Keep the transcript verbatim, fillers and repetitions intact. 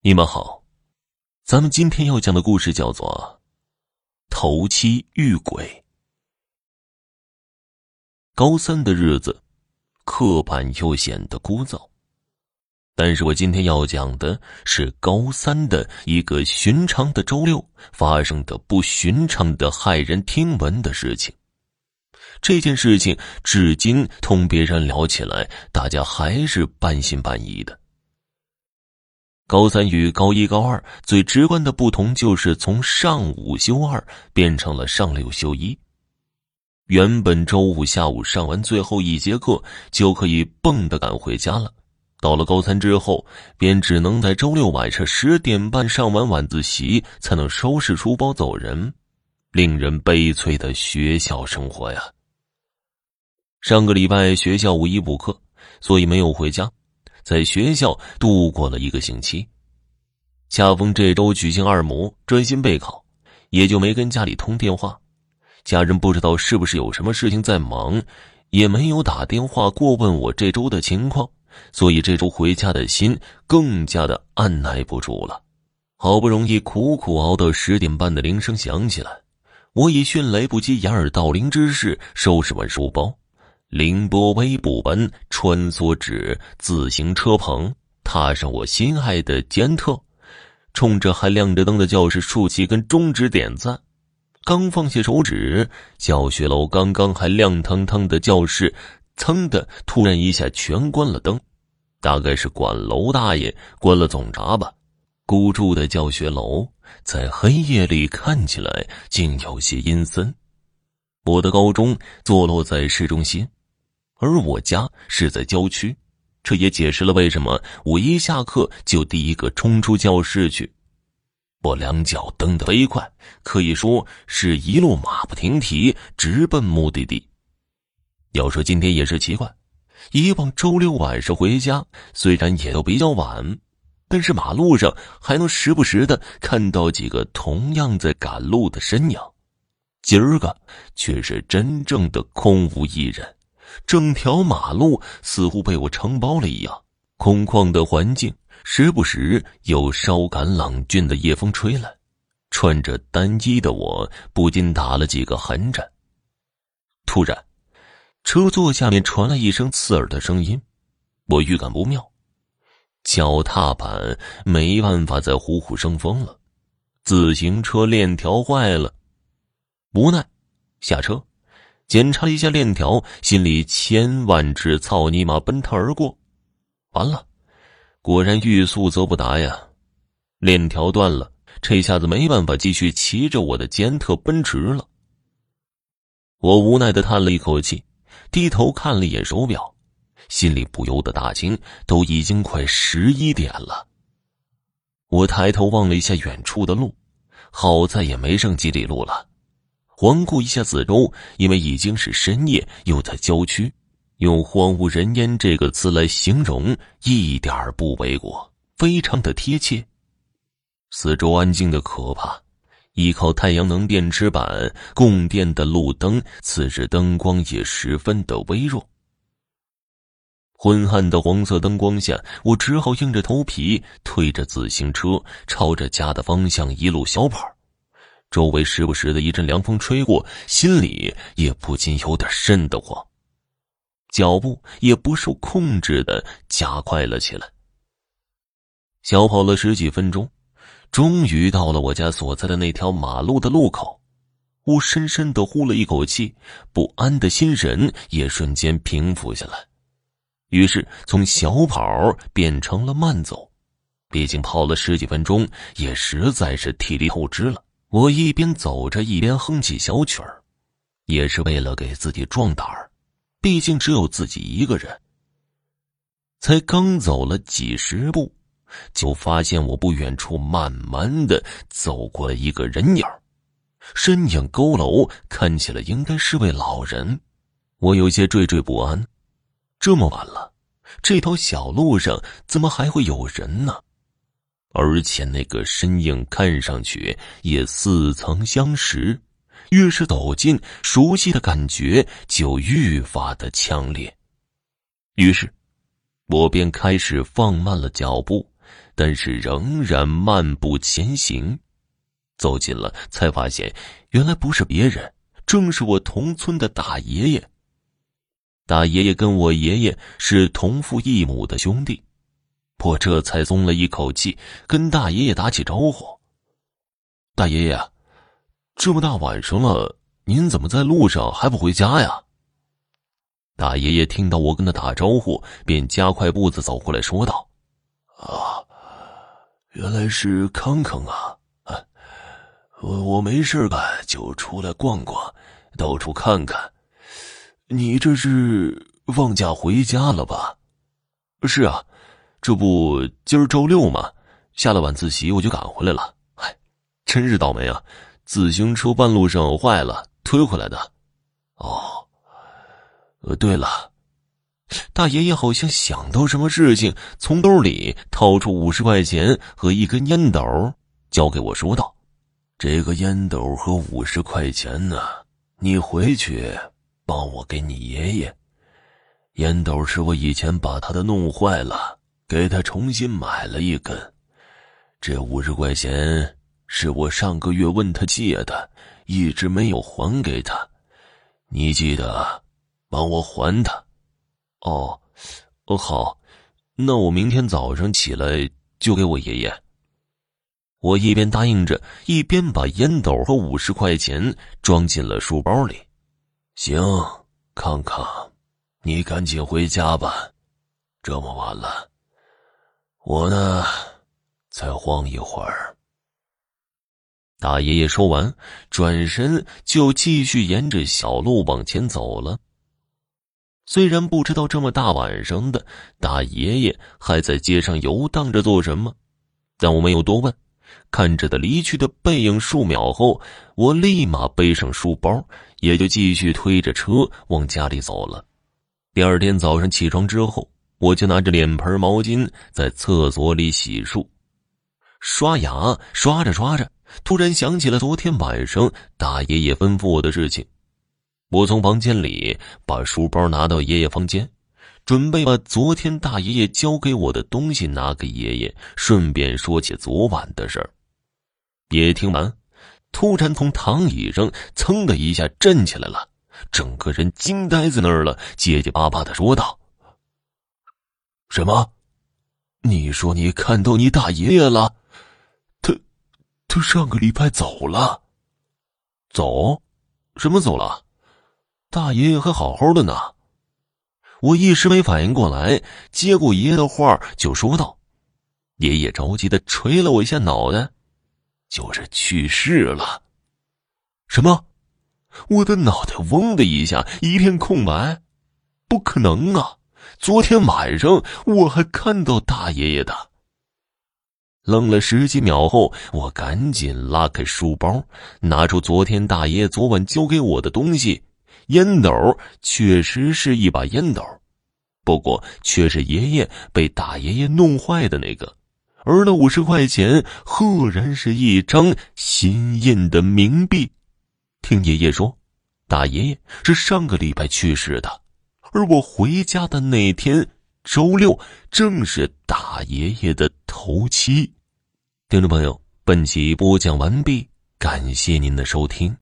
你们好，咱们今天要讲的故事叫做头七遇鬼。高三的日子刻板又显得枯燥，但是我今天要讲的是高三的一个寻常的周六发生的不寻常的骇人听闻的事情。这件事情至今同别人聊起来，大家还是半信半疑的。高三与高一高二最直观的不同就是从上五休二变成了上六休一。原本周五下午上完最后一节课就可以蹦地赶回家了，到了高三之后便只能在周六晚上十点半上完晚自习才能收拾书包走人，令人悲催的学校生活呀。上个礼拜学校五一补课，所以没有回家，在学校度过了一个星期。恰逢这周举行二模，专心备考，也就没跟家里通电话。家人不知道是不是有什么事情在忙，也没有打电话过问我这周的情况，所以这周回家的心更加的按耐不住了。好不容易苦苦熬到十点半的铃声响起来，我以迅雷不及掩耳盗铃之势收拾完书包，凌波微步般穿梭至自行车棚，踏上我心爱的捷特，冲着还亮着灯的教室竖起根中指点赞。刚放下手指，教学楼刚刚还亮腾腾的教室噌的突然一下全关了灯，大概是管楼大爷关了总闸吧。孤注的教学楼在黑夜里看起来竟有些阴森。我的高中坐落在市中心，而我家是在郊区，这也解释了为什么我一下课就第一个冲出教室去。我两脚蹬得飞快，可以说是一路马不停蹄，直奔目的地。要说今天也是奇怪，以往周六晚上回家虽然也都比较晚，但是马路上还能时不时的看到几个同样在赶路的身影。今儿个却是真正的空无一人，整条马路似乎被我承包了一样，空旷的环境，时不时有稍感冷峻的夜风吹来，穿着单衣的我不禁打了几个寒颤。突然，车座下面传来一声刺耳的声音，我预感不妙，脚踏板没办法再虎虎生风了，自行车链条坏了。无奈下车检查了一下链条，心里千万只操尼玛奔腾而过。完了，果然欲速则不达呀，链条断了，这下子没办法继续骑着我的捷特奔驰了。我无奈地叹了一口气，低头看了一眼手表，心里不由得大惊，都已经快十一点了。我抬头望了一下远处的路，好在也没剩几里路了。环顾一下四周，因为已经是深夜，又在郊区，用荒无人烟这个词来形容一点不为过，非常的贴切。四周安静的可怕，依靠太阳能电池板供电的路灯此时灯光也十分的微弱。昏暗的黄色灯光下，我只好硬着头皮推着自行车朝着家的方向一路小跑。周围时不时的一阵凉风吹过，心里也不禁有点瘆得慌，脚步也不受控制的加快了起来。小跑了十几分钟，终于到了我家所在的那条马路的路口。我深深的呼了一口气，不安的心神也瞬间平复下来，于是从小跑变成了慢走。毕竟跑了十几分钟，也实在是体力透支了。我一边走着一边哼起小曲儿，也是为了给自己壮胆儿，毕竟只有自己一个人。才刚走了几十步，就发现我不远处慢慢的走过了一个人影，身影佝偻，看起来应该是位老人。我有些惴惴不安，这么晚了，这条小路上怎么还会有人呢？而且那个身影看上去也似曾相识，越是走近，熟悉的感觉就愈发的强烈。于是我便开始放慢了脚步， 但是仍然漫步前行。走近了，才发现原来不是别人，正是我同村的大爷爷。大爷爷跟我爷爷是同父异母的兄弟，我这才松了一口气，跟大爷爷打起招呼：“大爷爷，这么大晚上了，您怎么在路上还不回家呀？”大爷爷听到我跟他打招呼，便加快步子走过来说道：“啊，原来是康康啊！啊，我我没事干，就出来逛逛，到处看看。你这是放假回家了吧？”“是啊，这不今儿周六嘛，下了晚自习我就赶回来了。哎，真是倒霉啊，自行车半路上坏了，推回来的。”“哦，呃，对了。”大爷爷好像想到什么事情，从兜里掏出五十块钱和一根烟斗，交给我说道：“这个烟斗和五十块钱呢，你回去帮我给你爷爷。烟斗是我以前把他的弄坏了，给他重新买了一根。这五十块钱是我上个月问他借的，一直没有还给他，你记得帮我还他。”“哦，哦好，那我明天早上起来就给我爷爷。”我一边答应着，一边把烟斗和五十块钱装进了书包里。“行，康康，你赶紧回家吧，这么晚了，我呢，再晃一会儿。”大爷爷说完，转身就继续沿着小路往前走了。虽然不知道这么大晚上的大爷爷还在街上游荡着做什么，但我没有多问。看着他离去的背影数秒后，我立马背上书包，也就继续推着车往家里走了。第二天早上起床之后，我就拿着脸盆毛巾在厕所里洗漱。刷牙刷着刷着，突然想起了昨天晚上大爷爷吩咐我的事情。我从房间里把书包拿到爷爷房间，准备把昨天大爷爷交给我的东西拿给爷爷，顺便说起昨晚的事儿。爷爷听完，突然从躺椅上噌的一下站起来了，整个人惊呆在那儿了，结结巴巴地说道：“什么？你说你看到你大爷爷了？他他上个礼拜走了。”“走？什么走了？大爷爷还好好的呢。”我一时没反应过来，接过爷爷的话就说道。爷爷着急地捶了我一下脑袋：“就是去世了。”“什么？”我的脑袋嗡的一下一片空白。不可能啊，昨天晚上我还看到大爷爷的。愣了十几秒后，我赶紧拉开书包，拿出昨天大爷爷昨晚交给我的东西。烟斗确实是一把烟斗，不过却是爷爷被大爷爷弄坏的那个，而那五十块钱赫然是一张新印的冥币。听爷爷说，大爷爷是上个礼拜去世的，而我回家的那天周六正是大爷爷的头七。听众朋友，本集播讲完毕，感谢您的收听。